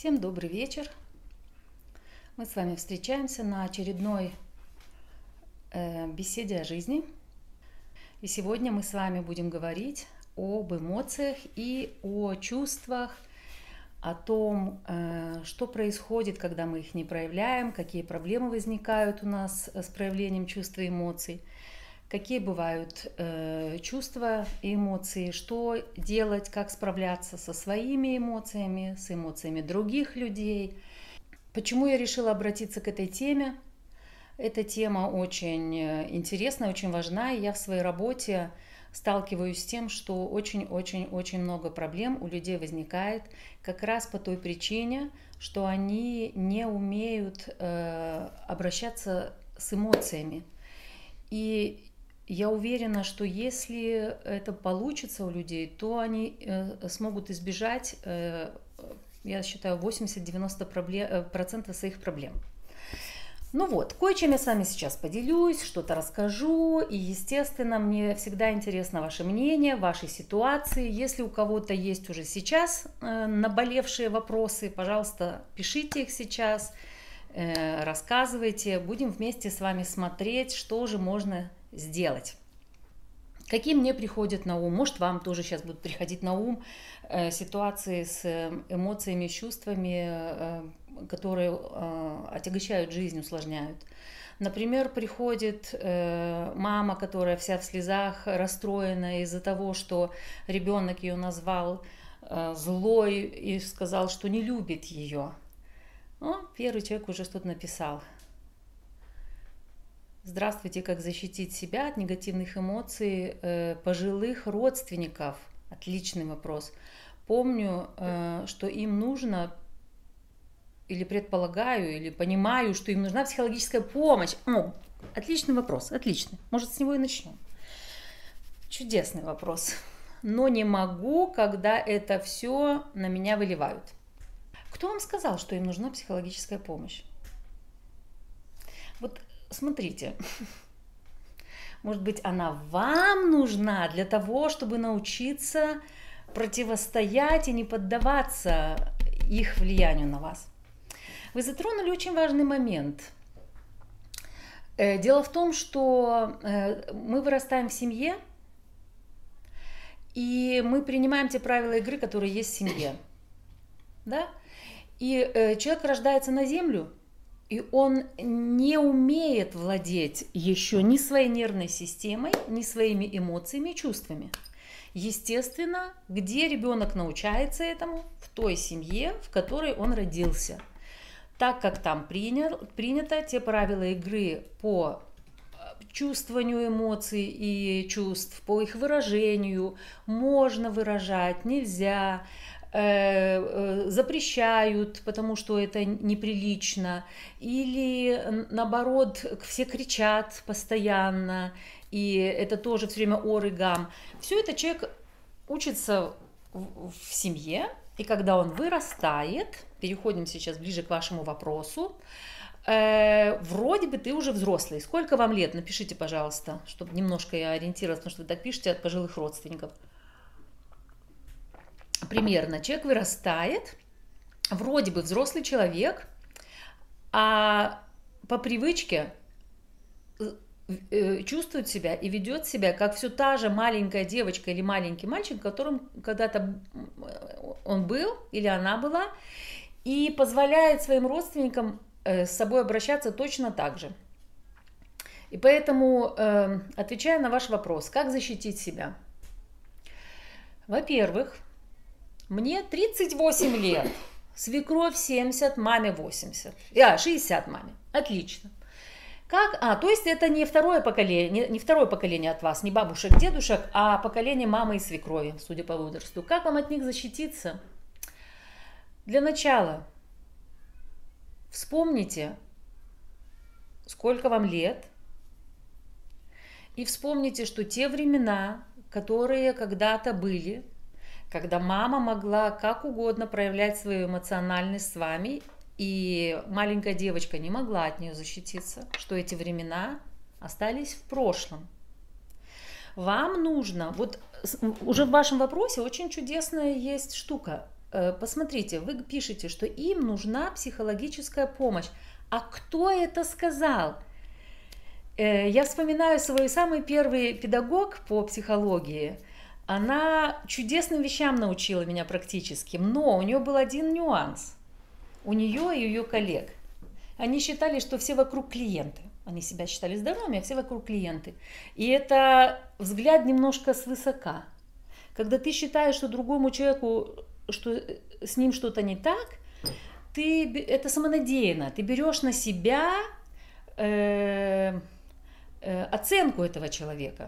Всем добрый вечер. Мы с вами встречаемся на очередной беседе о жизни. И сегодня мы с вами будем говорить об эмоциях и о чувствах, о том, что происходит, когда мы их не проявляем, какие проблемы возникают у нас с проявлением чувств и эмоций, какие бывают чувства и эмоции, что делать, как справляться со своими эмоциями, с эмоциями других людей. Почему я решила обратиться к этой теме? Эта тема очень интересная, очень важна, и я в своей работе сталкиваюсь с тем, что очень-очень-очень много проблем у людей возникает как раз по той причине, что они не умеют обращаться с эмоциями. И я уверена, что если это получится у людей, то они смогут избежать, я считаю, 80-90% своих проблем. Ну вот, кое-чем я с вами сейчас поделюсь, что-то расскажу, и, естественно, мне всегда интересно ваше мнение, ваши ситуации. Если у кого-то есть уже сейчас наболевшие вопросы, пожалуйста, пишите их сейчас, рассказывайте, будем вместе с вами смотреть, что же можно сделать. Какие мне приходят на ум, может, вам тоже сейчас будут приходить на ум ситуации с эмоциями, чувствами, которые отягощают жизнь, усложняют. Например, приходит мама, которая вся в слезах, расстроена из-за того, что ребенок ее назвал злой и сказал, что не любит ее. Ну, первый человек уже что-то написал. Здравствуйте, как защитить себя от негативных эмоций пожилых родственников? Отличный вопрос. Помню, что им нужно, или предполагаю, или понимаю, что им нужна психологическая помощь. Отличный вопрос, отличный. Может, с него и начнем. Чудесный вопрос. Но не могу, когда это все на меня выливают. Кто вам сказал, что им нужна психологическая помощь? Вот смотрите, может быть, она вам нужна для того, чтобы научиться противостоять и не поддаваться их влиянию на вас. Вы затронули очень важный момент. Дело в том, что мы вырастаем в семье, и мы принимаем те правила игры, которые есть в семье. Да? И человек рождается на землю, и он не умеет владеть еще ни своей нервной системой, ни своими эмоциями и чувствами. Естественно, где ребенок научается этому? В той семье, в которой он родился. Так как там принято те правила игры по чувствованию эмоций и чувств, по их выражению, можно выражать, нельзя, запрещают, потому что это неприлично, или наоборот, все кричат постоянно, и это тоже все время ор и гам. Все это человек учится в семье, и когда он вырастает, переходим сейчас ближе к вашему вопросу, вроде бы ты уже взрослый. Сколько вам лет? Напишите, пожалуйста, чтобы немножко я ориентировалась, потому что вы так пишете от пожилых родственников. Примерно человек вырастает, вроде бы взрослый человек, а по привычке чувствует себя и ведет себя, как все та же маленькая девочка или маленький мальчик, которым когда-то он был или она была, и позволяет своим родственникам с собой обращаться точно так же. И поэтому, отвечая на ваш вопрос, как защитить себя? Во-первых, мне 38 лет, свекровь 70, маме 80, 60 маме, отлично. То есть это не второе поколение от вас, не бабушек, дедушек, а поколение мамы и свекрови, судя по возрасту. Как вам от них защититься? Для начала вспомните, сколько вам лет, и вспомните, что те времена, которые когда-то были, когда мама могла как угодно проявлять свою эмоциональность с вами, и маленькая девочка не могла от нее защититься, что эти времена остались в прошлом. Вам нужно, вот уже в вашем вопросе очень чудесная есть штука. посмотрите, вы пишете, что им нужна психологическая помощь. А кто это сказал? Я вспоминаю свой самый первый педагог по психологии. Она чудесным вещам научила меня практически, но у нее был один нюанс. У нее и ее коллег. Они считали, что все вокруг клиенты. Они себя считали здоровыми, а все вокруг клиенты. И это взгляд немножко свысока. Когда ты считаешь, что другому человеку, что с ним что-то не так, это самонадеянно. Ты берешь на себя оценку этого человека.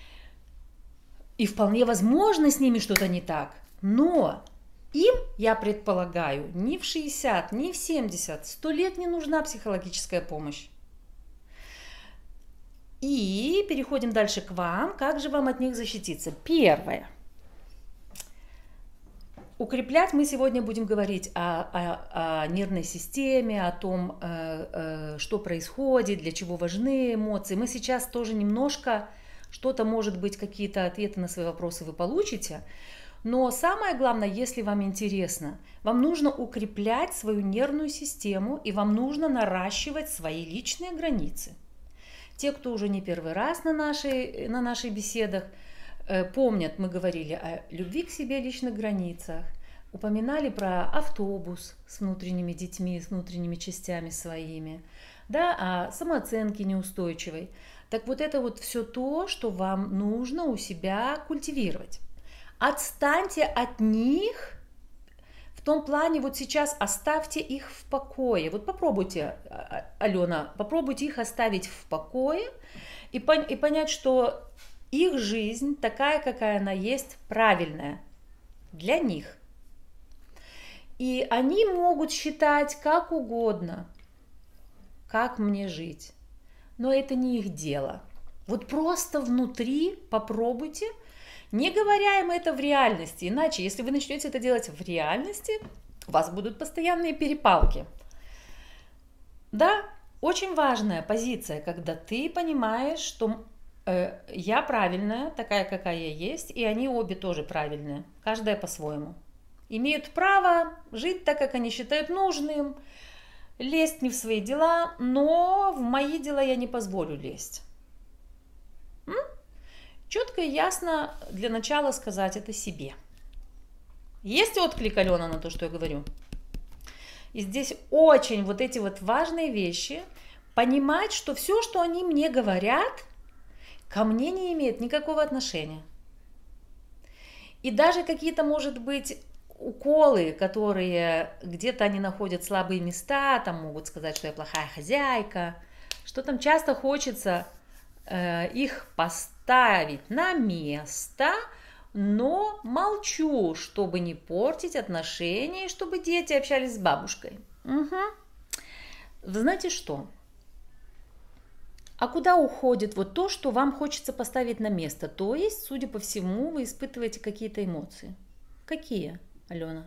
И вполне возможно, с ними что-то не так. Но им, я предполагаю, ни в 60, ни в 70, 100 лет не нужна психологическая помощь. И переходим дальше к вам. Как же вам от них защититься? Первое. Укреплять мы сегодня будем говорить о нервной системе, о том, что происходит, для чего важны эмоции. Мы сейчас тоже немножко, что-то, может быть, какие-то ответы на свои вопросы вы получите. Но самое главное, если вам интересно, вам нужно укреплять свою нервную систему, и вам нужно наращивать свои личные границы. Те, кто уже не первый раз на наших беседах, помнят, мы говорили о любви к себе, личных границах, упоминали про автобус с внутренними детьми, с внутренними частями своими, да, о самооценке неустойчивой. Так вот это вот все то, что вам нужно у себя культивировать. Отстаньте от них, в том плане вот сейчас оставьте их в покое. Вот попробуйте, Алена, попробуйте их оставить в покое и понять, что их жизнь такая, какая она есть, правильная для них. И они могут считать как угодно, как мне жить. Но это не их дело. Вот просто внутри попробуйте, не говоря им это в реальности. Иначе, если вы начнете это делать в реальности, у вас будут постоянные перепалки. Да, очень важная позиция, когда ты понимаешь, что я правильная, такая, какая я есть, и они обе тоже правильные, каждая по-своему. Имеют право жить так, как они считают нужным, лезть не в свои дела, но в мои дела я не позволю лезть. Четко и ясно для начала сказать это себе. Есть отклик, Алена, на то, что я говорю? И здесь очень вот эти вот важные вещи, понимать, что все, что они мне говорят, ко мне не имеет никакого отношения. И даже какие-то, может быть, уколы, которые где-то они находят слабые места, там могут сказать, что я плохая хозяйка, что там часто хочется их поставить на место, но молчу, чтобы не портить отношения, и чтобы дети общались с бабушкой. Угу. Вы знаете что? А куда уходит вот то, что вам хочется поставить на место? То есть, судя по всему, вы испытываете какие-то эмоции. Какие, Алена?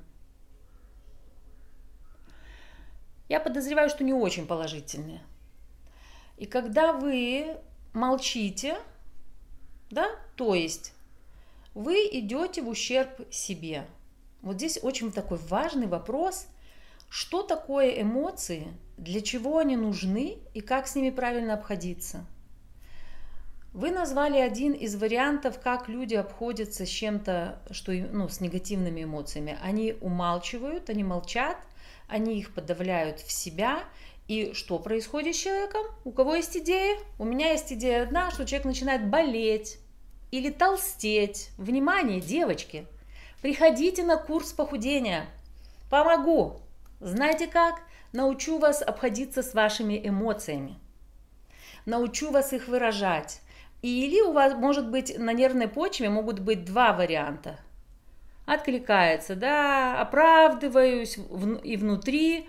Я подозреваю, что не очень положительные. И когда вы молчите, да, то есть вы идете в ущерб себе. Вот здесь очень такой важный вопрос, что такое эмоции, для чего они нужны и как с ними правильно обходиться. Вы назвали один из вариантов, как люди обходятся с чем-то, что, с негативными эмоциями. Они умалчивают, они молчат, они их подавляют в себя. И что происходит с человеком? У кого есть идея? У меня есть идея одна, что человек начинает болеть или толстеть. Внимание, девочки, приходите на курс похудения. Помогу. Знаете как? Научу вас обходиться с вашими эмоциями. Научу вас их выражать. Или у вас, может быть, на нервной почве могут быть два варианта. Откликается, да, оправдываюсь и внутри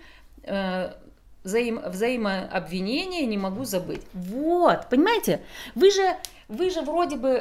взаимообвинение, не могу забыть. Вот, понимаете? Вы же вроде бы,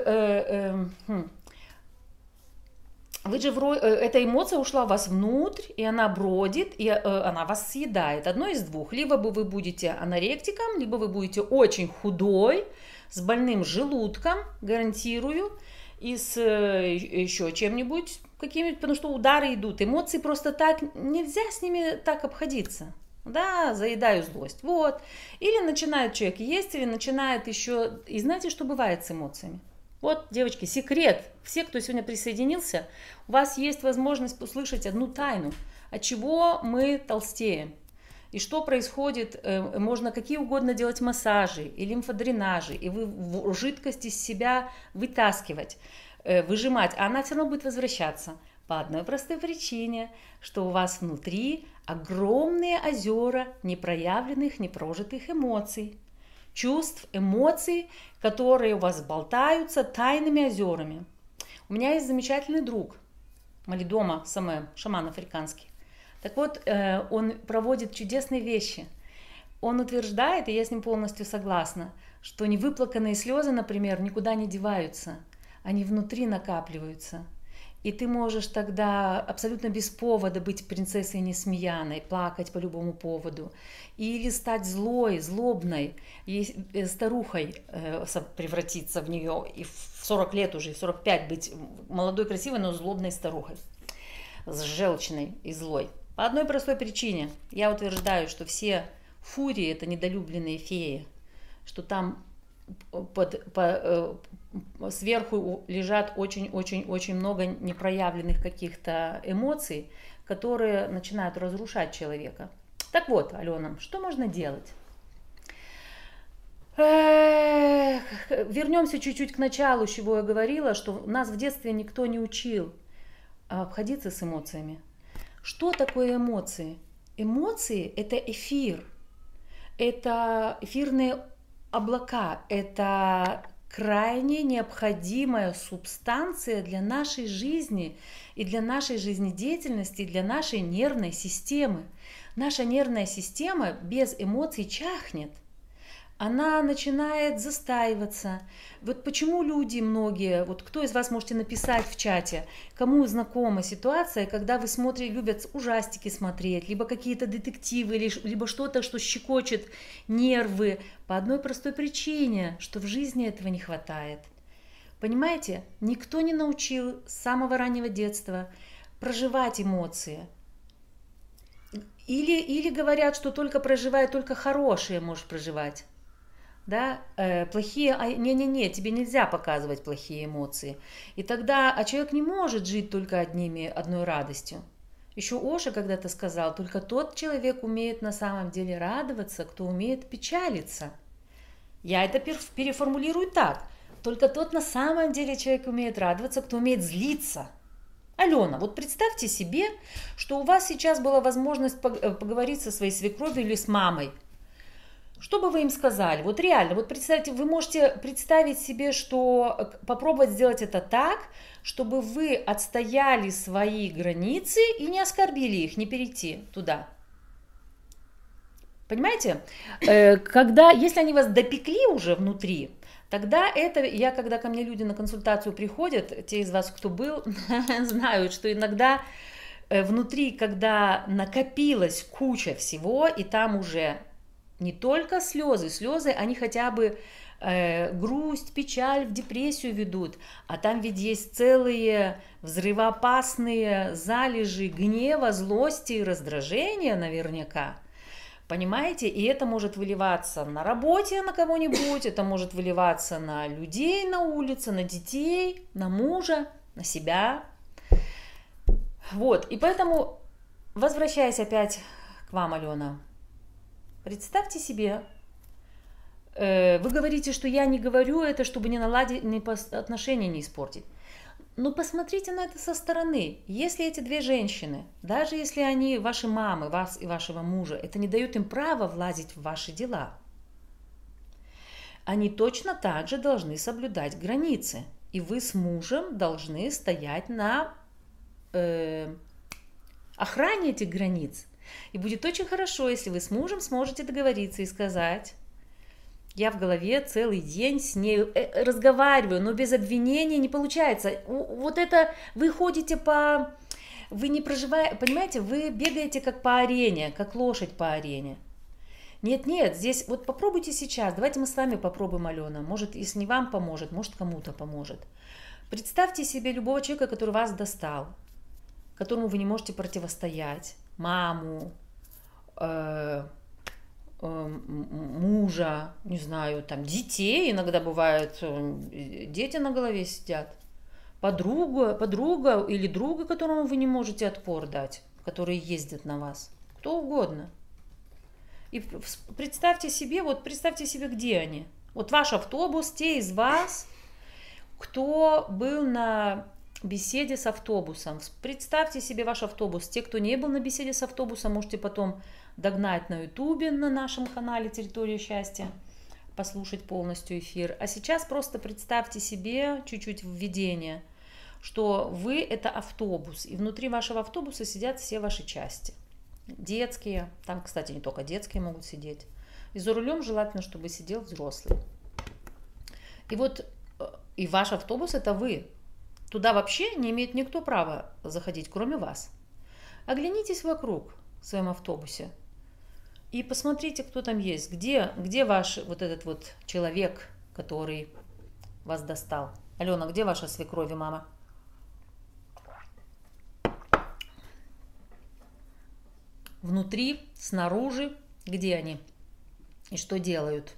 эта эмоция ушла у вас внутрь, и она бродит, и она вас съедает. Одно из двух. Либо вы будете аноректиком, либо вы будете очень худой, с больным желудком, гарантирую, и с еще чем-нибудь, какими-нибудь, потому что удары идут. Эмоции просто так, нельзя с ними так обходиться. Да, заедаю злость. Вот. Или начинает человек есть, или начинает еще... И знаете, что бывает с эмоциями? Вот, девочки, секрет. Все, кто сегодня присоединился, у вас есть возможность услышать одну тайну. От чего мы толстеем. И что происходит, можно какие угодно делать массажи и лимфодренажи, и вы жидкость из себя вытаскивать, выжимать, а она все равно будет возвращаться. По одной простой причине, что у вас внутри огромные озера непроявленных, непрожитых эмоций. Чувств, эмоций, которые у вас болтаются тайными озерами. У меня есть замечательный друг, Малидома Самэ, шаман африканский. Так вот, он проводит чудесные вещи. Он утверждает, и я с ним полностью согласна, что невыплаканные слезы, например, никуда не деваются. Они внутри накапливаются. И ты можешь тогда абсолютно без повода быть принцессой несмеяной, плакать по любому поводу. Или стать злой, злобной, и старухой превратиться в нее. И в 40 лет уже, в 45 быть молодой, красивой, но злобной старухой. Желчной и злой. По одной простой причине. Я утверждаю, что все фурии – это недолюбленные феи, что там сверху лежат очень-очень-очень много непроявленных каких-то эмоций, которые начинают разрушать человека. Так вот, Алена, что можно делать? Вернемся чуть-чуть к началу, с чего я говорила, что нас в детстве никто не учил обходиться с эмоциями. Что такое эмоции? Эмоции – это эфир, это эфирные облака, это крайне необходимая субстанция для нашей жизни и для нашей жизнедеятельности, и для нашей нервной системы. Наша нервная система без эмоций чахнет. Она начинает застаиваться. Вот почему люди многие, вот кто из вас можете написать в чате, кому знакома ситуация, когда вы смотрите, любят ужастики смотреть, либо какие-то детективы, либо что-то, что щекочет нервы, по одной простой причине, что в жизни этого не хватает. Понимаете, никто не научил с самого раннего детства проживать эмоции. Или говорят, что только проживая, только хорошие можешь проживать. Да, плохие, не, тебе нельзя показывать плохие эмоции. И тогда, человек не может жить только одной радостью. Еще Оша когда-то сказал, только тот человек умеет на самом деле радоваться, кто умеет печалиться. Я это переформулирую так. Только тот на самом деле человек умеет радоваться, кто умеет злиться. Алена, вот представьте себе, что у вас сейчас была возможность поговорить со своей свекровью или с мамой. Что бы вы им сказали? Вот реально, вот представьте, вы можете представить себе, что попробовать сделать это так, чтобы вы отстояли свои границы и не оскорбили их, не перейти туда. Понимаете? Если они вас допекли уже внутри, тогда когда ко мне люди на консультацию приходят, те из вас, кто был, знают, что иногда внутри, когда накопилась куча всего, и там уже не только слезы, они хотя бы грусть, печаль, в депрессию ведут, а там ведь есть целые взрывоопасные залежи гнева, злости и раздражения наверняка. Понимаете? И это может выливаться на работе на кого-нибудь, это может выливаться на людей на улице, на детей, на мужа, на себя. Вот, и поэтому, возвращаясь опять к вам, Алена, представьте себе, вы говорите, что я не говорю это, чтобы не наладить, отношения не испортить. Но посмотрите на это со стороны. Если эти две женщины, даже если они ваши мамы, вас и вашего мужа, это не дает им права влазить в ваши дела. Они точно так же должны соблюдать границы. И вы с мужем должны стоять на охране этих границ. И будет очень хорошо, если вы с мужем сможете договориться и сказать: я в голове целый день с ней разговариваю, но без обвинений не получается. Вот это вы ходите вы не проживаете, понимаете, вы бегаете как по арене, как лошадь по арене. Нет, здесь вот попробуйте сейчас, давайте мы с вами попробуем, Алена, может, если не вам поможет, может, кому-то поможет. Представьте себе любого человека, который вас достал. которому вы не можете противостоять, маму, мужа, не знаю, там детей, иногда бывает, дети на голове сидят, подруга или друга, которому вы не можете отпор дать, которые ездят на вас, кто угодно. И представьте себе, где они. Вот ваш автобус, те из вас, кто был на беседе с автобусом. Представьте себе ваш автобус. Те, кто не был на беседе с автобусом, можете потом догнать на ютубе на нашем канале «Территория счастья», послушать полностью эфир. А сейчас просто представьте себе чуть-чуть введение, что вы – это автобус, и внутри вашего автобуса сидят все ваши части. Детские, там, кстати, не только детские могут сидеть. И за рулем желательно, чтобы сидел взрослый. И вот, и ваш автобус – это вы. Туда вообще не имеет никто права заходить, кроме вас. Оглянитесь вокруг в своем автобусе и посмотрите, кто там есть. Где ваш вот этот вот человек, который вас достал? Алена, где ваша свекровь и мама? Внутри, снаружи, где они и что делают?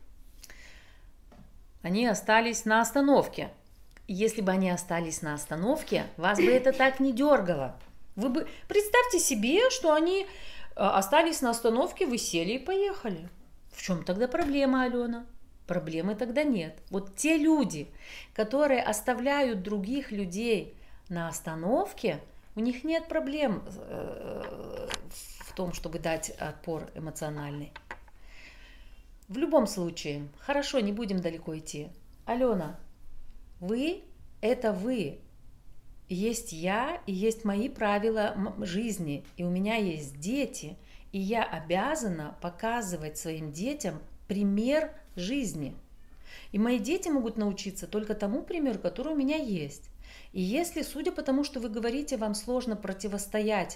Они остались на остановке. Если бы они остались на остановке, вас бы это так не дергало. Представьте себе, что они остались на остановке, вы сели и поехали. В чем тогда проблема, Алена? Проблемы тогда нет. Вот те люди, которые оставляют других людей на остановке, у них нет проблем в том, чтобы дать отпор эмоциональный. В любом случае, хорошо, не будем далеко идти. Алена, вы – это вы. Есть я и есть мои правила жизни. И у меня есть дети. И я обязана показывать своим детям пример жизни. И мои дети могут научиться только тому примеру, который у меня есть. И если, судя по тому, что вы говорите, вам сложно противостоять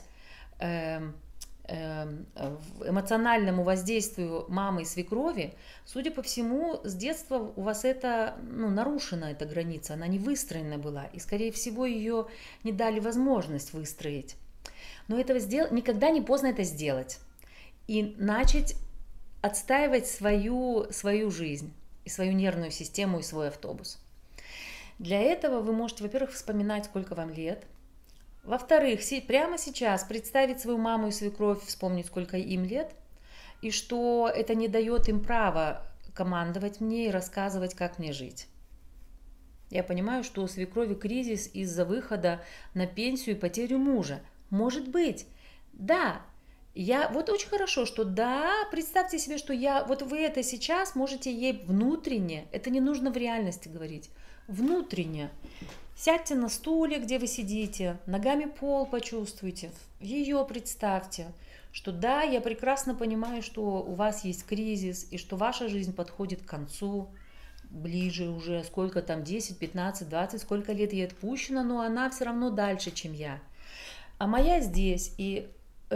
эмоциональному воздействию мамы и свекрови, судя по всему, с детства у вас это, нарушена эта граница, она не выстроена была, и, скорее всего, ее не дали возможность выстроить. Но никогда не поздно это сделать и начать отстаивать свою жизнь и свою нервную систему и свой автобус. Для этого вы можете, во-первых, вспоминать, сколько вам лет. Во-вторых, прямо сейчас представить свою маму и свекровь, вспомнить, сколько им лет, и что это не дает им права командовать мне и рассказывать, как мне жить. Я понимаю, что у свекрови кризис из-за выхода на пенсию и потерю мужа. Может быть, да. Вот очень хорошо, что да, представьте себе, что вы это сейчас можете ей внутренне, это не нужно в реальности говорить, внутренне. Сядьте на стуле, где вы сидите, ногами пол почувствуйте, ее представьте, что да, я прекрасно понимаю, что у вас есть кризис, и что ваша жизнь подходит к концу, ближе уже, сколько там, 10, 15, 20, сколько лет ей отпущено, но она все равно дальше, чем я. А моя здесь, и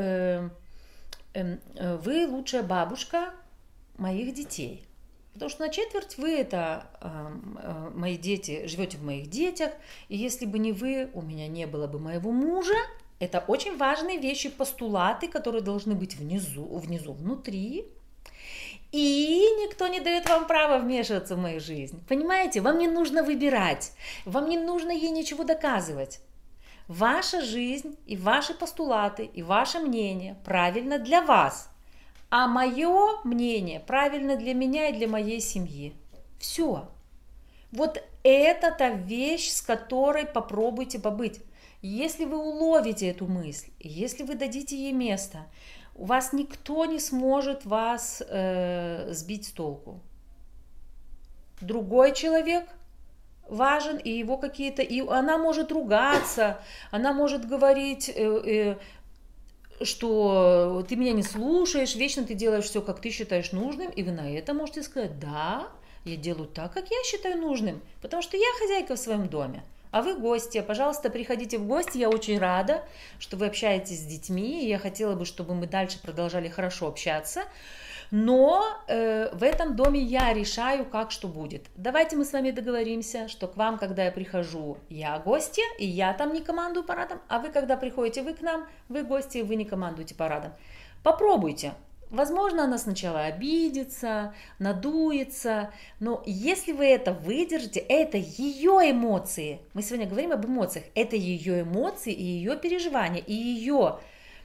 вы лучшая бабушка моих детей. Потому что на четверть вы это мои дети, живете в моих детях, и если бы не вы, у меня не было бы моего мужа. Это очень важные вещи, постулаты, которые должны быть внутри. И никто не дает вам права вмешиваться в мою жизнь. Понимаете, вам не нужно выбирать, вам не нужно ей ничего доказывать. Ваша жизнь и ваши постулаты, и ваше мнение правильно для вас. А мое мнение правильно для меня и для моей семьи. Все. Вот это та вещь, с которой попробуйте побыть. Если вы уловите эту мысль, если вы дадите ей место, у вас никто не сможет вас сбить с толку. Другой человек важен, и его какие-то... И она может ругаться, она может говорить... что ты меня не слушаешь, вечно ты делаешь все, как ты считаешь нужным, и вы на это можете сказать: да, я делаю так, как я считаю нужным, потому что я хозяйка в своем доме, а вы гости, пожалуйста, приходите в гости, я очень рада, что вы общаетесь с детьми, и я хотела бы, чтобы мы дальше продолжали хорошо общаться, Но в этом доме я решаю, как что будет. Давайте мы с вами договоримся, что к вам, когда я прихожу, я гостья, и я там не командую парадом, а вы, когда приходите вы к нам, вы гости, и вы не командуете парадом. Попробуйте. Возможно, она сначала обидится, надуется, но если вы это выдержите, это ее эмоции. Мы сегодня говорим об эмоциях. Это ее эмоции и ее переживания, и ее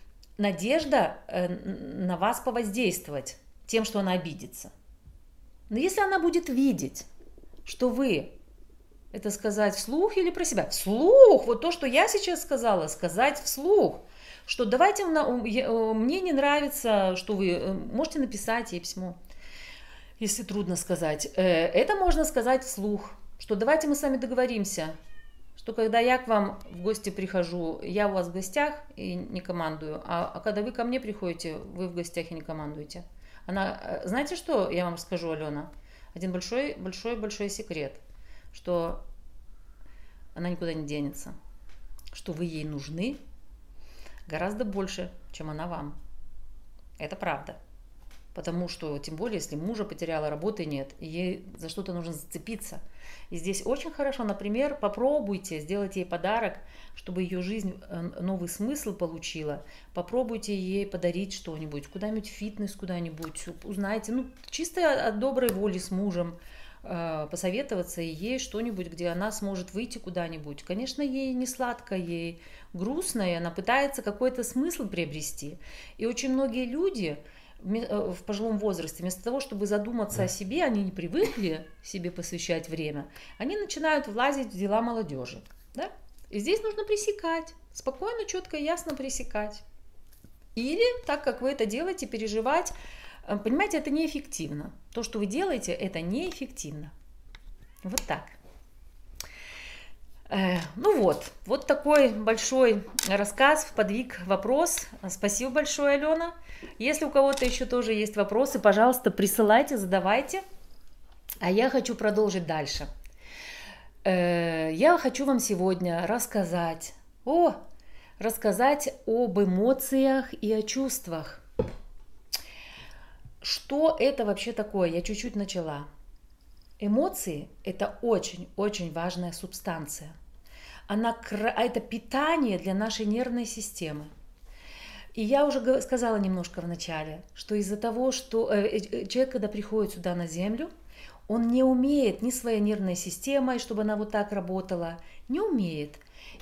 надежда на вас повоздействовать тем, что она обидится. Но если она будет видеть, что вы это сказать вслух или про себя, вслух, вот то, что я сейчас сказала, сказать вслух, что давайте, мне не нравится, что вы можете написать ей письмо, если трудно сказать. Это можно сказать вслух, что давайте мы с вами договоримся, что когда я к вам в гости прихожу, я у вас в гостях и не командую, а когда вы ко мне приходите, вы в гостях и не командуете. Знаете, что я вам скажу, Алена? Один большой секрет, что она никуда не денется, что вы ей нужны гораздо больше, чем она вам. Это правда. Потому что, тем более, если мужа потеряла, работы нет, и ей за что-то нужно зацепиться. И здесь очень хорошо, например, попробуйте сделать ей подарок, чтобы ее жизнь новый смысл получила. Попробуйте ей подарить что-нибудь, куда-нибудь в фитнес, куда-нибудь. Узнайте, чисто от доброй воли с мужем посоветоваться и ей что-нибудь, где она сможет выйти куда-нибудь. Конечно, ей не сладко, ей грустно, и она пытается какой-то смысл приобрести. И очень многие люди в пожилом возрасте, вместо того, чтобы задуматься о себе, они не привыкли себе посвящать время, они начинают влазить в дела молодежи. Да? И здесь нужно пресекать, спокойно, четко, ясно пресекать. Или, так как вы это делаете, переживать. Понимаете, это неэффективно. То, что вы делаете, это неэффективно. Вот так. Вот такой большой рассказ, подвиг, вопрос. Спасибо большое, Алена. Если у кого-то еще тоже есть вопросы, пожалуйста, присылайте, задавайте. А я хочу продолжить дальше. Я хочу вам сегодня рассказать об эмоциях и о чувствах. Что это вообще такое? Я чуть-чуть начала. Эмоции – это очень-очень важная субстанция. Это питание для нашей нервной системы. И я уже сказала немножко в начале, что из-за того, что человек, когда приходит сюда на Землю, он не умеет ни своей нервной системой, чтобы она вот так работала, не умеет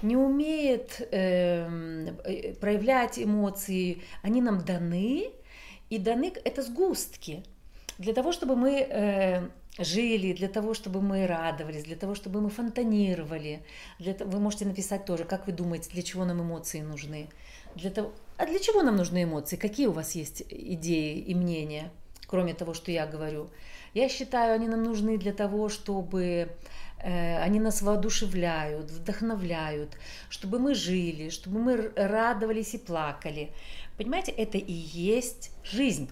проявлять эмоции. Они нам даны, и даны это сгустки. Для того, чтобы мы жили, для того, чтобы мы радовались, для того, чтобы мы фонтанировали. Вы можете написать тоже, как вы думаете, для чего нам эмоции нужны. А для чего нам нужны эмоции? Какие у вас есть идеи и мнения, кроме того, что я говорю? Я считаю, они нам нужны для того, чтобы они нас воодушевляют, вдохновляют, чтобы мы жили, чтобы мы радовались и плакали. Понимаете, это и есть жизнь.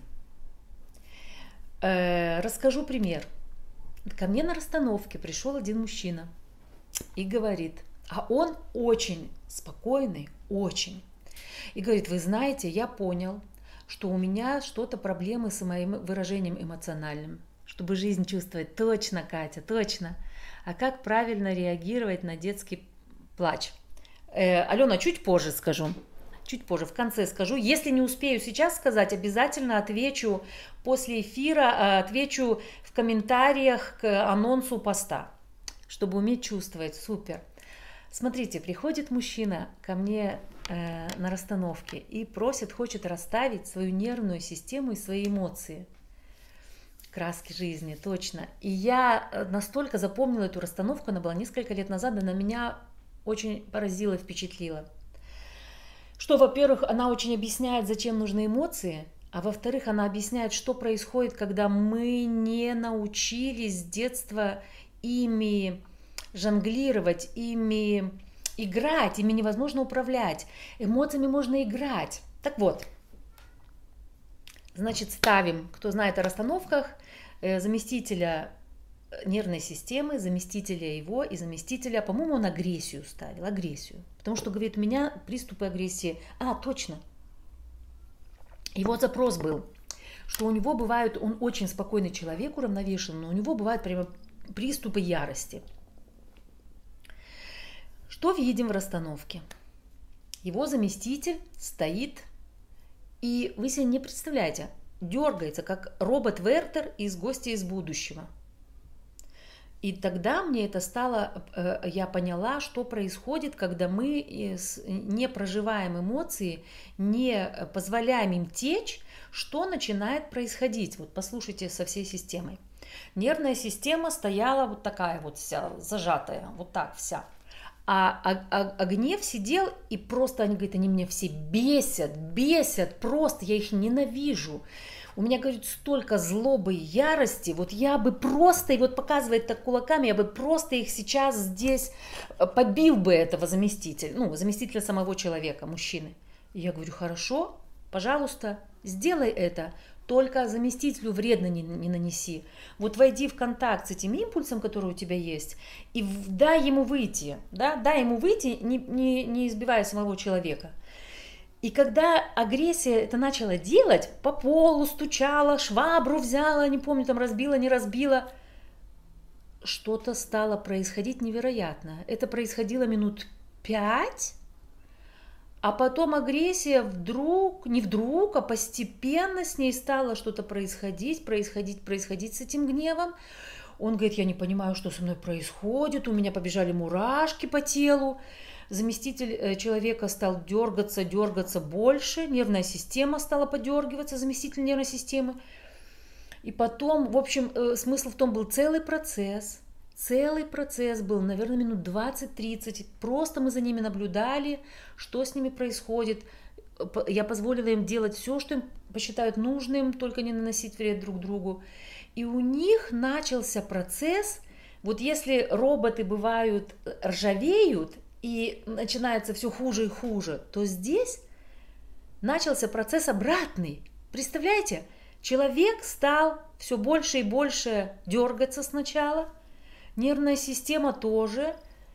Расскажу пример. Ко мне на расстановке пришел один мужчина и говорит, а он очень спокойный, очень. И говорит, вы знаете, я понял, что у меня что-то проблемы с моим выражением эмоциональным. Чтобы жизнь чувствовать, точно, Катя, точно. А как правильно реагировать на детский плач? Алена, чуть позже скажу. Чуть позже, в конце скажу. Если не успею сейчас сказать, обязательно отвечу после эфира, отвечу в комментариях к анонсу поста, чтобы уметь чувствовать. Супер. Смотрите, приходит мужчина ко мне на расстановке и хочет расставить свою нервную систему и свои эмоции. Краски жизни, точно. И я настолько запомнила эту расстановку, она была несколько лет назад, она меня очень поразила, впечатлила. Что, во-первых, она очень объясняет, зачем нужны эмоции, а во-вторых, она объясняет, что происходит, когда мы не научились с детства ими жонглировать, ими играть, ими невозможно управлять. Эмоциями можно играть. Так вот, значит, ставим, кто знает о расстановках, заместителя нервной системы, заместителя его и заместителя, по-моему, он агрессию ставил, агрессию. Потому что, говорит, у меня приступы агрессии. Точно. Его запрос был, что у него бывают, он очень спокойный человек, уравновешенный, но у него бывают прямо приступы ярости. Что видим в расстановке? Его заместитель стоит, и вы себе не представляете, дергается, как робот Вертер из «Гостя из будущего». И тогда мне это стало, я поняла, что происходит, когда мы не проживаем эмоции, не позволяем им течь, что начинает происходить. Вот послушайте со всей системой. Нервная система стояла вот такая вот вся, зажатая, вот так вся. А гнев сидел, и просто они говорят, они меня все бесят, просто я их ненавижу. У меня, говорит, столько злобы и ярости, вот я бы просто, и вот показывает так кулаками, я бы просто их сейчас здесь побил бы этого заместителя, ну, заместителя самого человека, мужчины. И я говорю, хорошо, пожалуйста, сделай это, только заместителю вредно не нанеси. Вот войди в контакт с этим импульсом, который у тебя есть, и дай ему выйти, да, дай ему выйти, не избивая самого человека. И когда агрессия это начала делать, по полу стучала, швабру взяла, не помню, там разбила, не разбила, что-то стало происходить невероятное. Это происходило минут 5, а потом агрессия не вдруг, а постепенно с ней стало что-то происходить с этим гневом. Он говорит, я не понимаю, что со мной происходит, у меня побежали мурашки по телу. Заместитель человека стал дергаться больше, нервная система стала подергиваться, заместитель нервной системы. И потом, в общем, смысл в том был целый процесс был, наверное, минут 20-30. Просто мы за ними наблюдали, что с ними происходит. Я позволила им делать все, что им посчитают нужным, только не наносить вред друг другу. И у них начался процесс, вот если роботы бывают ржавеют, и начинается все хуже и хуже, то здесь начался процесс обратный. Представляете? Человек стал все больше и больше дергаться сначала, нервная система тоже,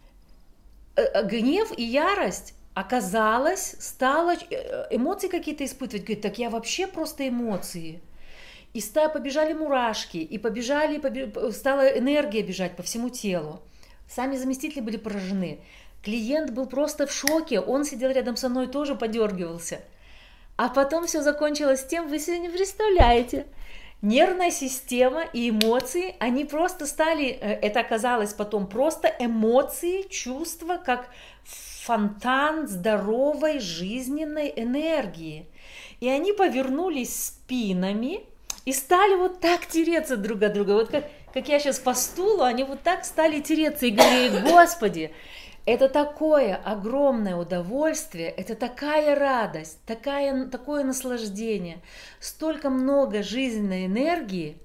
гнев и ярость, оказалось, стала эмоции какие-то испытывать. Говорит, так я вообще просто эмоции. И побежали мурашки, и стала энергия бежать по всему телу. Сами заместители были поражены. Клиент был просто в шоке, он сидел рядом со мной, тоже подергивался. А потом все закончилось тем, вы себе не представляете. Нервная система и эмоции, они просто стали, это оказалось потом просто эмоции, чувства, как фонтан здоровой жизненной энергии. И они повернулись спинами и стали вот так тереться друг от друга. Вот как я сейчас по стулу, они вот так стали тереться и говорили, Господи, это такое огромное удовольствие, это такая радость, такое наслаждение, столько много жизненной энергии.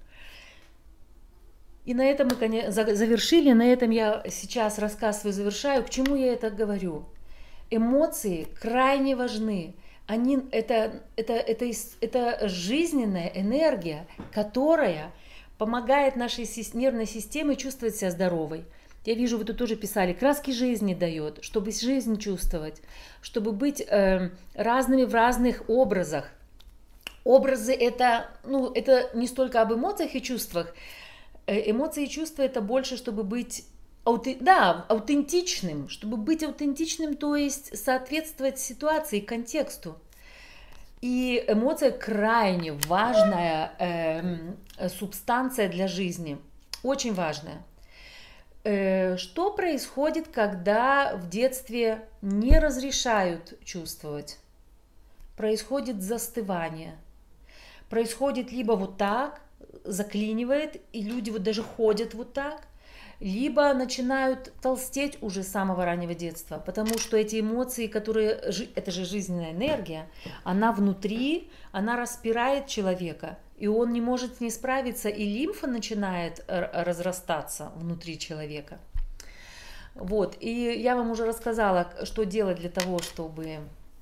И на этом мы завершили, на этом я сейчас рассказ свой завершаю. К чему я это говорю? Эмоции крайне важны. Это жизненная энергия, которая помогает нашей нервной системе чувствовать себя здоровой. Я вижу, вы тут тоже писали, краски жизни дает, чтобы жизнь чувствовать, чтобы быть разными в разных образах. Образы это не столько об эмоциях и чувствах. Эмоции и чувства это больше, чтобы быть аутентичным, чтобы быть аутентичным, то есть соответствовать ситуации, контексту. И эмоция крайне важная субстанция для жизни, очень важная. Что происходит, когда в детстве не разрешают чувствовать? Происходит застывание. Происходит либо вот так, заклинивает, и люди вот даже ходят вот так, либо начинают толстеть уже с самого раннего детства, потому что эти эмоции, это же жизненная энергия, она внутри, она распирает человека, и он не может с ней справиться, и лимфа начинает разрастаться внутри человека. Вот, и я вам уже рассказала, что делать для того, чтобы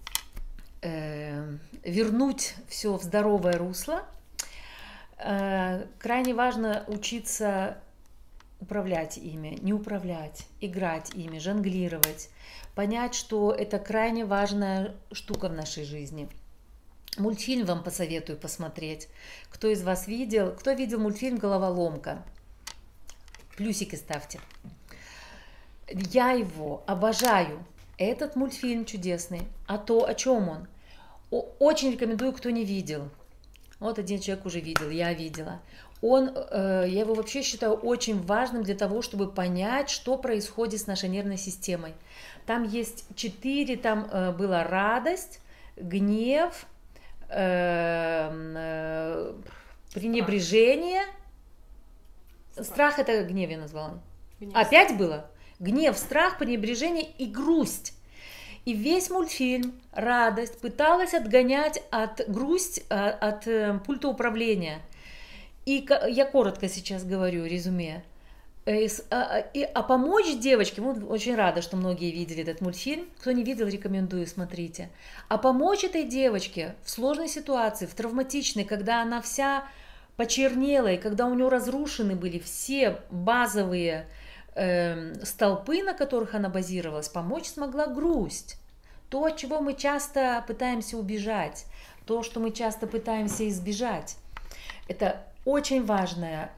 вернуть все в здоровое русло. Крайне важно учиться управлять ими, не управлять, играть ими, жонглировать, понять, что это крайне важная штука в нашей жизни. Мультфильм вам посоветую посмотреть. Кто из вас видел? Кто видел мультфильм «Головоломка»? Плюсики ставьте. Я его обожаю. Этот мультфильм чудесный. А то, о чем он? Очень рекомендую, кто не видел. Вот один человек уже видел, я видела. Я его вообще считаю очень важным для того, чтобы понять, что происходит с нашей нервной системой. Там есть 4, там была радость, гнев, пренебрежение. Страх это гнев я назвала. Опять было? Гнев, страх, пренебрежение и грусть. И весь мультфильм радость пыталась отгонять от грусть, от пульта управления. И я коротко сейчас говорю, резюме. А помочь девочке, очень рада, что многие видели этот мультфильм. Кто не видел, рекомендую, смотрите. А помочь этой девочке в сложной ситуации, в травматичной, когда она вся почернела, и когда у нее разрушены были все базовые столпы, на которых она базировалась, помочь смогла грусть. То, от чего мы часто пытаемся убежать, то, что мы часто пытаемся избежать. Это очень важная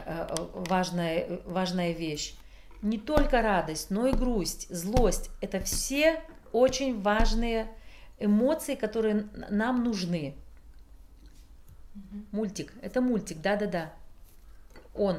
вещь. Не только радость, но и грусть, злость. Это все очень важные эмоции, которые нам нужны. Мультик. Это мультик, да-да-да. Он.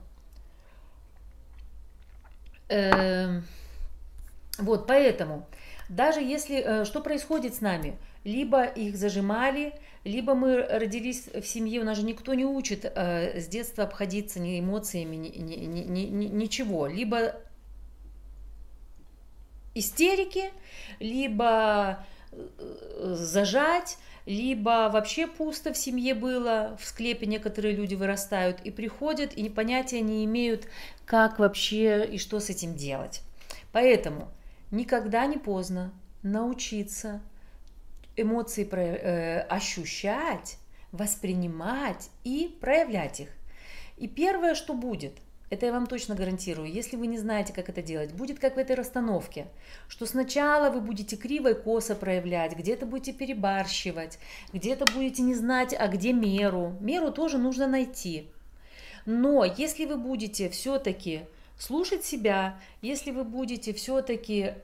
Вот, поэтому, даже если, что происходит с нами, либо их зажимали, либо мы родились в семье, у нас же никто не учит с детства обходиться ни эмоциями, ничего, либо истерики, либо зажать, либо вообще пусто в семье было, в склепе некоторые люди вырастают и приходят, и понятия не имеют, как вообще и что с этим делать. Поэтому никогда не поздно научиться эмоции ощущать, воспринимать и проявлять их. И первое, что будет, это я вам точно гарантирую, если вы не знаете, как это делать, будет как в этой расстановке, что сначала вы будете криво и косо проявлять, где-то будете перебарщивать, где-то будете не знать, а где меру. Меру тоже нужно найти. Но если вы будете все-таки слушать себя, если вы будете все-таки,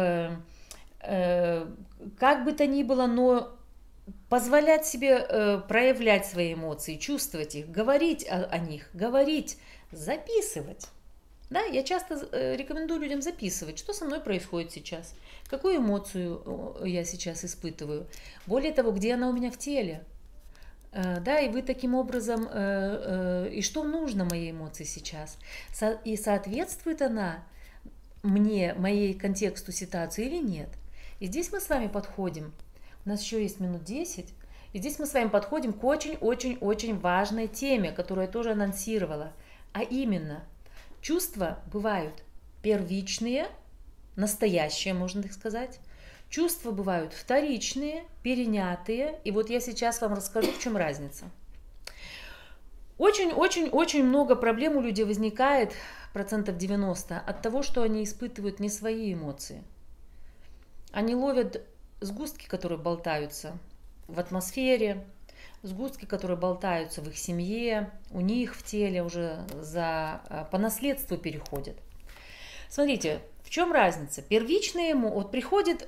как бы то ни было, но позволять себе проявлять свои эмоции, чувствовать их, говорить о них, говорить, записывать. Да, я часто рекомендую людям записывать, что со мной происходит сейчас, какую эмоцию я сейчас испытываю. Более того, где она у меня в теле. Да, и вы таким образом, и что нужно моей эмоции сейчас. И соответствует она мне, моей контексту ситуации или нет. И здесь мы с вами подходим, у нас еще есть минут 10, и здесь мы с вами подходим к очень-очень-очень важной теме, которую я тоже анонсировала. А именно, чувства бывают первичные, настоящие, можно так сказать. Чувства бывают вторичные, перенятые. И вот я сейчас вам расскажу, в чем разница. Очень-очень-очень много проблем у людей возникает, 90%, от того, что они испытывают не свои эмоции. Они ловят сгустки, которые болтаются в атмосфере, сгустки, которые болтаются в их семье, у них в теле уже по наследству переходят. Смотрите, в чем разница? Первичные вот приходит,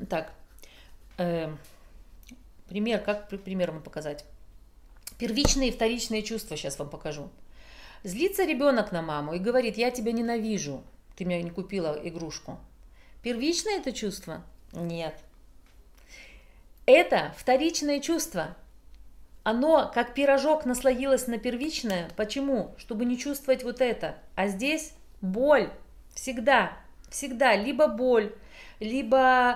пример, как примером показать? Первичные и вторичные чувства сейчас вам покажу. Злится ребенок на маму и говорит: я тебя ненавижу, ты мне не купила игрушку. Первичное это чувство? Нет. Это вторичное чувство. Оно, как пирожок, наслоилось на первичное. Почему? Чтобы не чувствовать вот это. А здесь боль. Всегда. Всегда. Либо боль, либо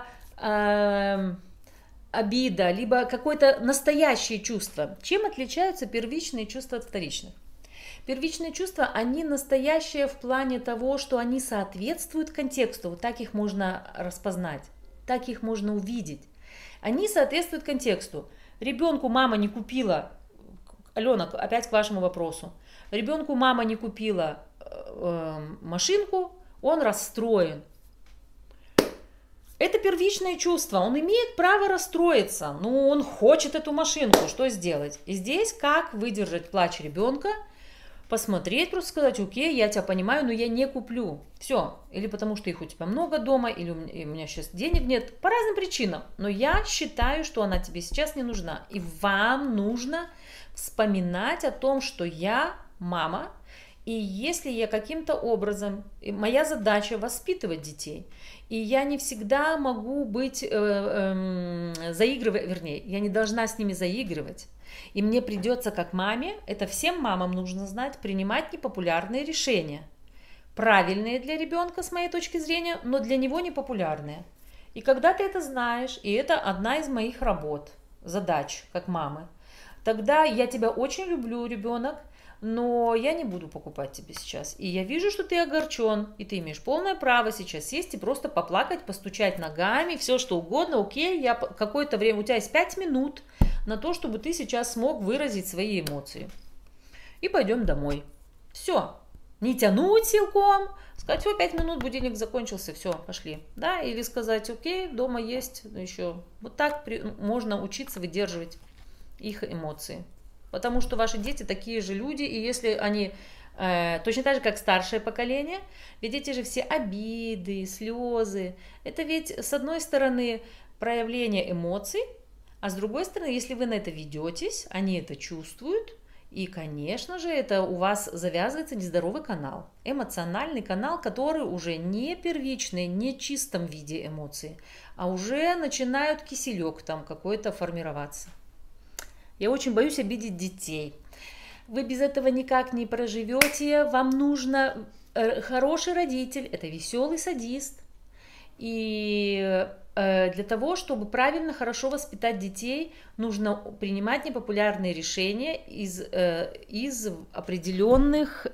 обида, либо какое-то настоящее чувство. Чем отличаются первичные чувства от вторичных? Первичные чувства, они настоящие в плане того, что они соответствуют контексту. Вот так их можно распознать, так их можно увидеть. Они соответствуют контексту. Ребенку мама не купила, Алена, опять к вашему вопросу. Ребенку мама не купила машинку, он расстроен. Это первичное чувство, он имеет право расстроиться, ну он хочет эту машинку, что сделать? И здесь как выдержать плач ребенка, посмотреть, просто сказать, окей, я тебя понимаю, но я не куплю. Все. Или потому что их у тебя много дома, или у меня сейчас денег нет. По разным причинам. Но я считаю, что она тебе сейчас не нужна. И вам нужно вспоминать о том, что я мама, и если я каким-то образом, моя задача воспитывать детей, и я не всегда могу быть, заигрывать, вернее, я не должна с ними заигрывать. И мне придется, как маме, это всем мамам нужно знать, принимать непопулярные решения. Правильные для ребенка, с моей точки зрения, но для него непопулярные. И когда ты это знаешь, и это одна из моих работ, задач, как мамы, тогда я тебя очень люблю, ребенок, но я не буду покупать тебе сейчас. И я вижу, что ты огорчен, и ты имеешь полное право сейчас сесть и просто поплакать, постучать ногами, все что угодно, окей, я какое-то время, у тебя есть 5 минут на то, чтобы ты сейчас смог выразить свои эмоции. И пойдем домой. Все. Не тянуть силком, сказать, все, 5 минут, будильник закончился, все, пошли. Да, или сказать, окей, дома есть еще. Вот так можно учиться выдерживать их эмоции. Потому что ваши дети такие же люди, и если они точно так же, как старшее поколение, ведь эти же все обиды, слезы, это ведь с одной стороны проявление эмоций, а с другой стороны, если вы на это ведетесь, они это чувствуют, и, конечно же, это у вас завязывается нездоровый канал, эмоциональный канал, который уже не первичный, не чистом виде эмоций, а уже начинают киселек там какой-то формироваться. Я очень боюсь обидеть детей. Вы без этого никак не проживете. Вам нужно хороший родитель, это веселый садист. И для того, чтобы правильно, хорошо воспитать детей, нужно принимать непопулярные решения из определенных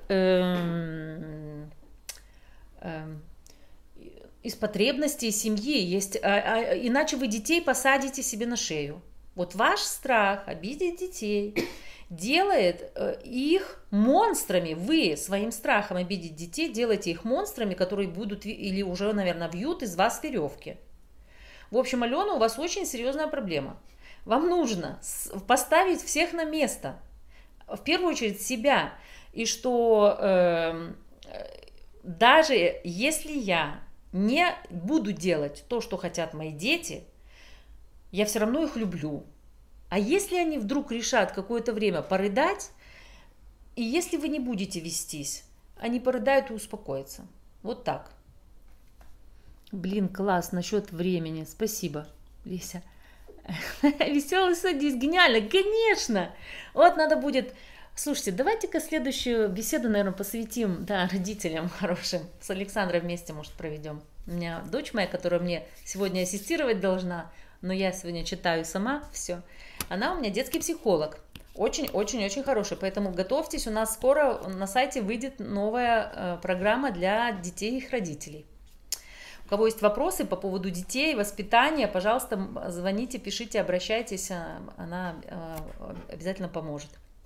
из потребностей семьи. Иначе вы детей посадите себе на шею. Вот ваш страх обидеть детей делает их монстрами. Вы своим страхом обидеть детей делаете их монстрами, которые будут или уже, наверное, вьют из вас веревки. В общем, Алена, у вас очень серьезная проблема. Вам нужно поставить всех на место. В первую очередь себя. И что даже если я не буду делать то, что хотят мои дети, я все равно их люблю. А если они вдруг решат какое-то время порыдать, и если вы не будете вестись, они порыдают и успокоятся. Вот так. Блин, класс, насчет времени. Спасибо, Леся. Веселый садист, гениально, конечно. Вот надо будет... Слушайте, давайте-ка следующую беседу, наверное, посвятим, да, родителям хорошим. С Александрой вместе, может, проведем. У меня дочь моя, которая мне сегодня ассистировать должна, но я сегодня читаю сама все. Она у меня детский психолог. Очень-очень-очень хороший. Поэтому готовьтесь, у нас скоро на сайте выйдет новая программа для детей и их родителей. У кого есть вопросы по поводу детей, воспитания, пожалуйста, звоните, пишите, обращайтесь, она обязательно поможет.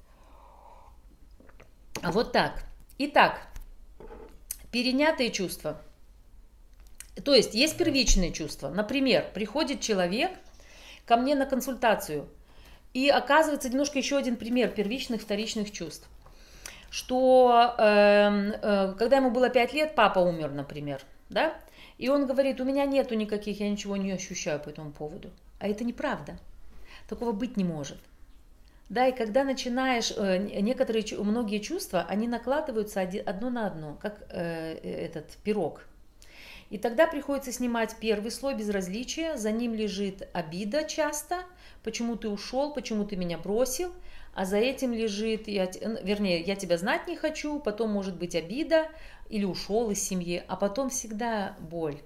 Вот так. Итак, перенятые чувства. То есть есть первичные чувства. Например, приходит человек ко мне на консультацию, и оказывается немножко еще один пример первичных, вторичных чувств. Что когда ему было 5 лет, папа умер, например, да? И он говорит, у меня нету никаких, я ничего не ощущаю по этому поводу. А это неправда. Такого быть не может. Да, и когда начинаешь, многие чувства, они накладываются одно на одно, как этот пирог. И тогда приходится снимать первый слой безразличия, за ним лежит обида часто, почему ты ушел, почему ты меня бросил, а за этим лежит, я тебя знать не хочу, потом может быть обида или ушел из семьи, а потом всегда боль,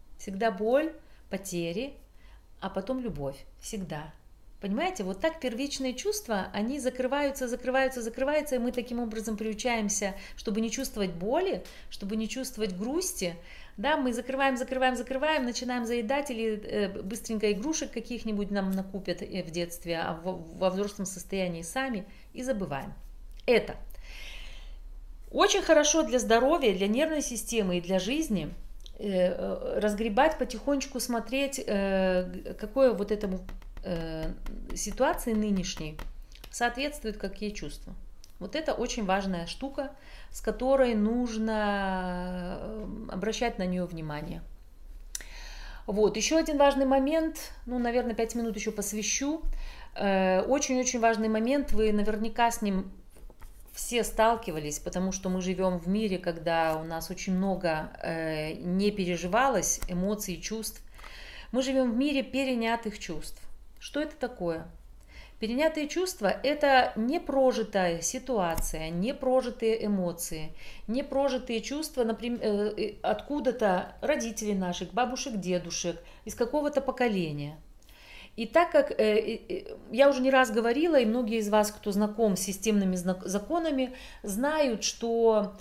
потери, а потом любовь, всегда. Понимаете, вот так первичные чувства, они закрываются, и мы таким образом приучаемся, чтобы не чувствовать боли, чтобы не чувствовать грусти. Да, мы закрываем, начинаем заедать или быстренько игрушек каких-нибудь нам накупят в детстве, а во взрослом состоянии сами и забываем. Это очень хорошо для здоровья, для нервной системы и для жизни разгребать, потихонечку смотреть, какое вот этому ситуации нынешней соответствует какие чувства. Вот это очень важная штука, с которой нужно обращать на нее внимание. Вот, еще один важный момент, наверное, 5 минут еще посвящу. Очень-очень важный момент, вы наверняка с ним все сталкивались, потому что мы живем в мире, когда у нас очень много не переживалось эмоций, чувств. Мы живем в мире перенятых чувств. Что это такое? Перенятые чувства – это непрожитая ситуация, непрожитые эмоции, непрожитые чувства, например, откуда-то родителей наших, бабушек, дедушек, из какого-то поколения. И так как я уже не раз говорила, и многие из вас, кто знаком с системными законами, знают, что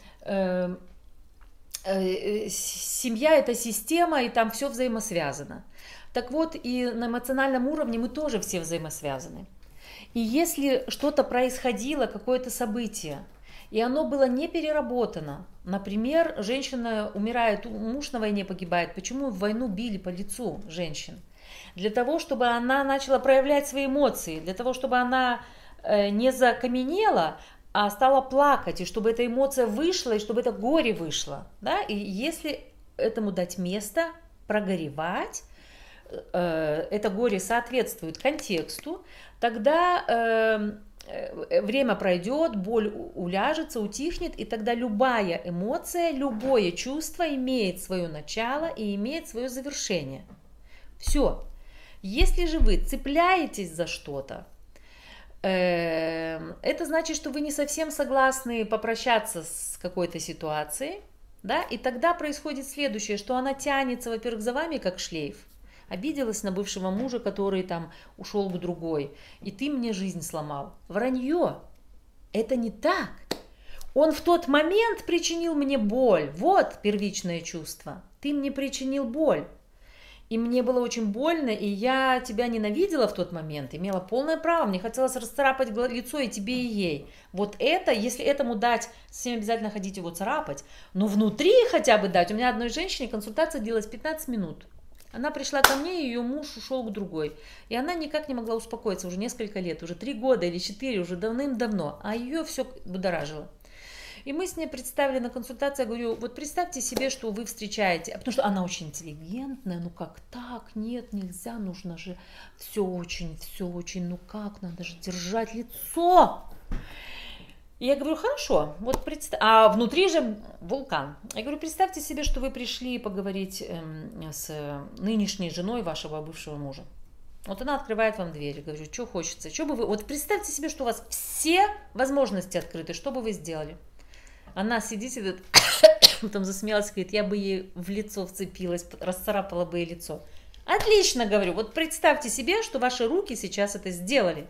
семья – это система, и там все взаимосвязано. Так вот, и на эмоциональном уровне мы тоже все взаимосвязаны. И если что-то происходило, какое-то событие, и оно было не переработано, например, женщина умирает, муж на войне погибает, почему в войну били по лицу женщин? Для того, чтобы она начала проявлять свои эмоции, для того, чтобы она не закаменела, а стала плакать, и чтобы эта эмоция вышла, и чтобы это горе вышло. Да? И если этому дать место, прогоревать, это горе соответствует контексту, тогда время пройдет, боль уляжется, утихнет, и тогда любая эмоция, любое чувство имеет свое начало и имеет свое завершение. Все. Если же вы цепляетесь за что-то, это значит, что вы не совсем согласны попрощаться с какой-то ситуацией, да, и тогда происходит следующее, что она тянется, во-первых, за вами как шлейф. Обиделась на бывшего мужа, который там ушел к другой, и ты мне жизнь сломал. Вранье. Это не так. Он в тот момент причинил мне боль. Вот первичное чувство. Ты мне причинил боль. И мне было очень больно, и я тебя ненавидела в тот момент, имела полное право, мне хотелось расцарапать лицо и тебе, и ей. Вот это, если этому дать, всем обязательно ходить его царапать, но внутри хотя бы дать. У меня одной женщине консультация длилась 15 минут. Она пришла ко мне, и ее муж ушел к другой. И она никак не могла успокоиться уже несколько лет, уже 3 года или 4, уже давным-давно, а ее все будоражило. И мы с ней представили на консультации, я говорю, вот представьте себе, что вы встречаете, потому что она очень интеллигентная, ну как так, нет, нельзя, нужно же все очень, ну как, надо же держать лицо. И я говорю, хорошо, вот а внутри же вулкан. Я говорю, представьте себе, что вы пришли поговорить с нынешней женой вашего бывшего мужа. Вот она открывает вам дверь, я говорю, что хочется, что бы вы, вот представьте себе, что у вас все возможности открыты, что бы вы сделали? Она сидит, потом засмеялась, говорит, я бы ей в лицо вцепилась, расцарапала бы ей лицо. Отлично, говорю, вот представьте себе, что ваши руки сейчас это сделали.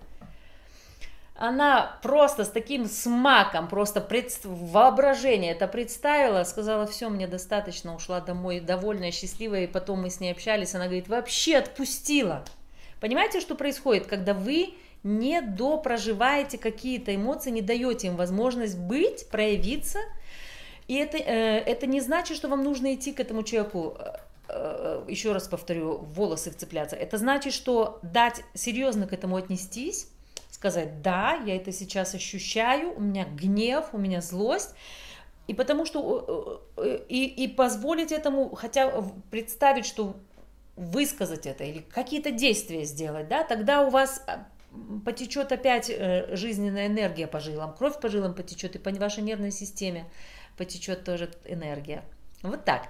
Она просто с таким смаком, просто воображение это представила, сказала, все, мне достаточно, ушла домой довольная, счастливая, и потом мы с ней общались, она говорит, вообще отпустила. Понимаете, что происходит, когда вы не допроживаете какие-то эмоции, не даете им возможность быть, проявиться. И это не значит, что вам нужно идти к этому человеку, еще раз повторю, в волосы вцепляться. Это значит, что дать серьезно к этому отнестись, сказать, да, я это сейчас ощущаю, у меня гнев, у меня злость, и потому что и позволить этому, хотя представить, что высказать это или какие-то действия сделать, да, тогда у вас потечет опять жизненная энергия по жилам, кровь по жилам потечет, и по вашей нервной системе потечет тоже энергия. Вот так.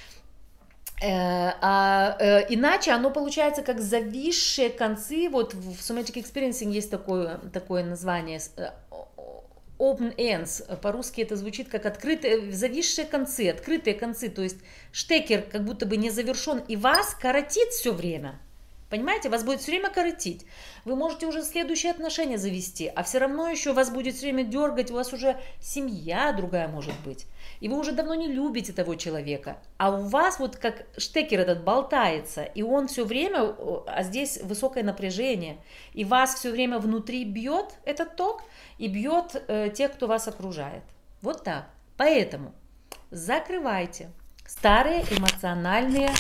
Иначе оно получается как зависшие концы. Вот в Somatic Experiencing есть такое название open ends. По-русски это звучит как зависшие концы, открытые концы. То есть штекер как будто бы не завершен, и вас коротит все время. Понимаете, вас будет все время коротить. Вы можете уже следующие отношения завести, а все равно еще вас будет все время дергать, у вас уже семья другая может быть. И вы уже давно не любите того человека. А у вас вот как штекер этот болтается, и он все время, а здесь высокое напряжение, и вас все время внутри бьет этот ток, и бьет тех, кто вас окружает. Вот так. Поэтому закрывайте, старые эмоциональные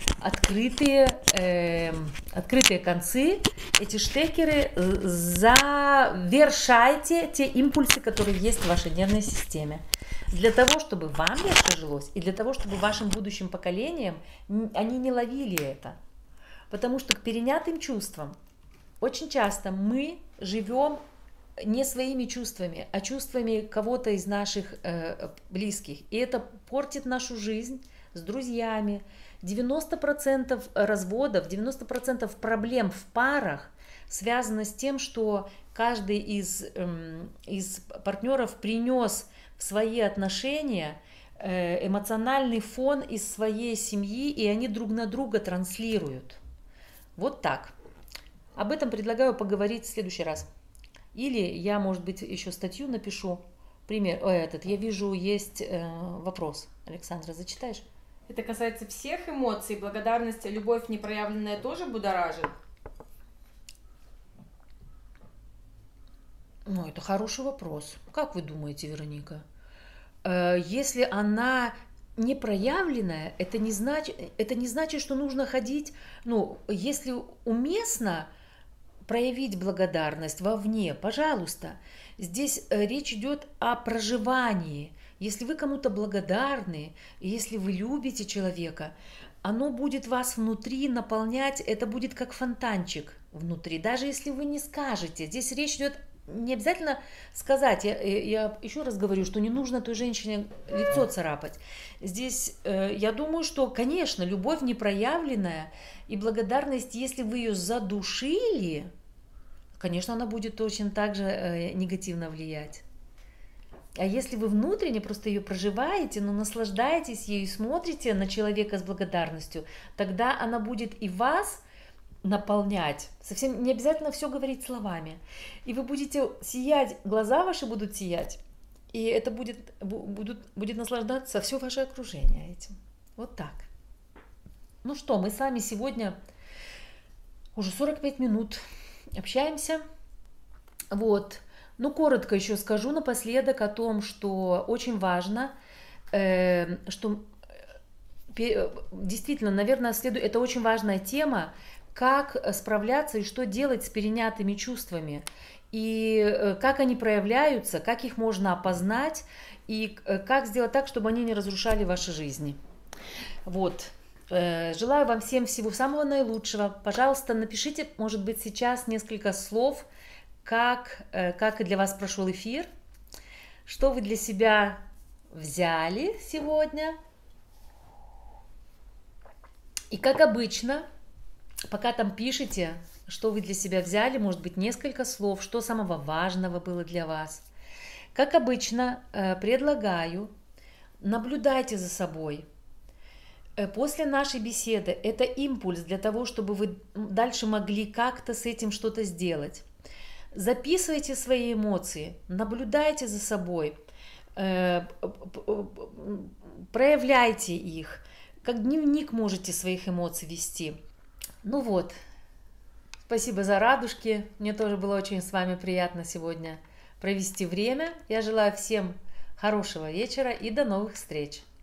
открытые концы, эти штекеры, завершайте те импульсы, которые есть в вашей нервной системе. Для того, чтобы вам легче жилось, и для того, чтобы вашим будущим поколениям они не ловили это. Потому что к перенятым чувствам очень часто мы живем не своими чувствами, а чувствами кого-то из наших близких. И это портит нашу жизнь с друзьями. 90% разводов, 90% проблем в парах связано с тем, что каждый из партнеров принес в свои отношения эмоциональный фон из своей семьи, и они друг на друга транслируют. Вот так. Об этом предлагаю поговорить в следующий раз. Или я, может быть, еще статью напишу. Пример. Я вижу, есть вопрос. Александра, зачитаешь? Это касается всех эмоций. Благодарность, любовь непроявленная тоже будоражит? Ну, это хороший вопрос. Как вы думаете, Вероника? Если она не проявленная, это не значит, что нужно ходить. Ну, если уместно проявить благодарность вовне, пожалуйста. Здесь речь идет о проживании. Если вы кому-то благодарны, если вы любите человека, оно будет вас внутри наполнять, это будет как фонтанчик внутри. Даже если вы не скажете, здесь речь идет не обязательно сказать, я еще раз говорю, что не нужно той женщине лицо царапать. Здесь я думаю, что, конечно, любовь непроявленная и благодарность, если вы ее задушили, конечно, она будет точно так же негативно влиять. А если вы внутренне просто ее проживаете, но наслаждаетесь ею, смотрите на человека с благодарностью, тогда она будет и вас наполнять. Совсем не обязательно все говорить словами. И вы будете сиять, глаза ваши будут сиять, и это будет наслаждаться все ваше окружение этим. Вот так. Ну что, мы с вами сегодня уже 45 минут общаемся. Вот. Ну, коротко еще скажу напоследок о том, что очень важно, что действительно, наверное, это очень важная тема, как справляться и что делать с перенятыми чувствами, и как они проявляются, как их можно опознать, и как сделать так, чтобы они не разрушали ваши жизни. Вот. Желаю вам всем всего самого наилучшего. Пожалуйста, напишите, может быть, сейчас несколько слов, как для вас прошел эфир, что вы для себя взяли сегодня. И как обычно, пока там пишете, что вы для себя взяли, может быть, несколько слов, что самого важного было для вас. Как обычно, предлагаю, наблюдайте за собой. После нашей беседы это импульс для того, чтобы вы дальше могли как-то с этим что-то сделать. Записывайте свои эмоции, наблюдайте за собой, проявляйте их, как дневник можете своих эмоций вести. Ну вот, спасибо за радужки, мне тоже было очень с вами приятно сегодня провести время. Я желаю всем хорошего вечера и до новых встреч.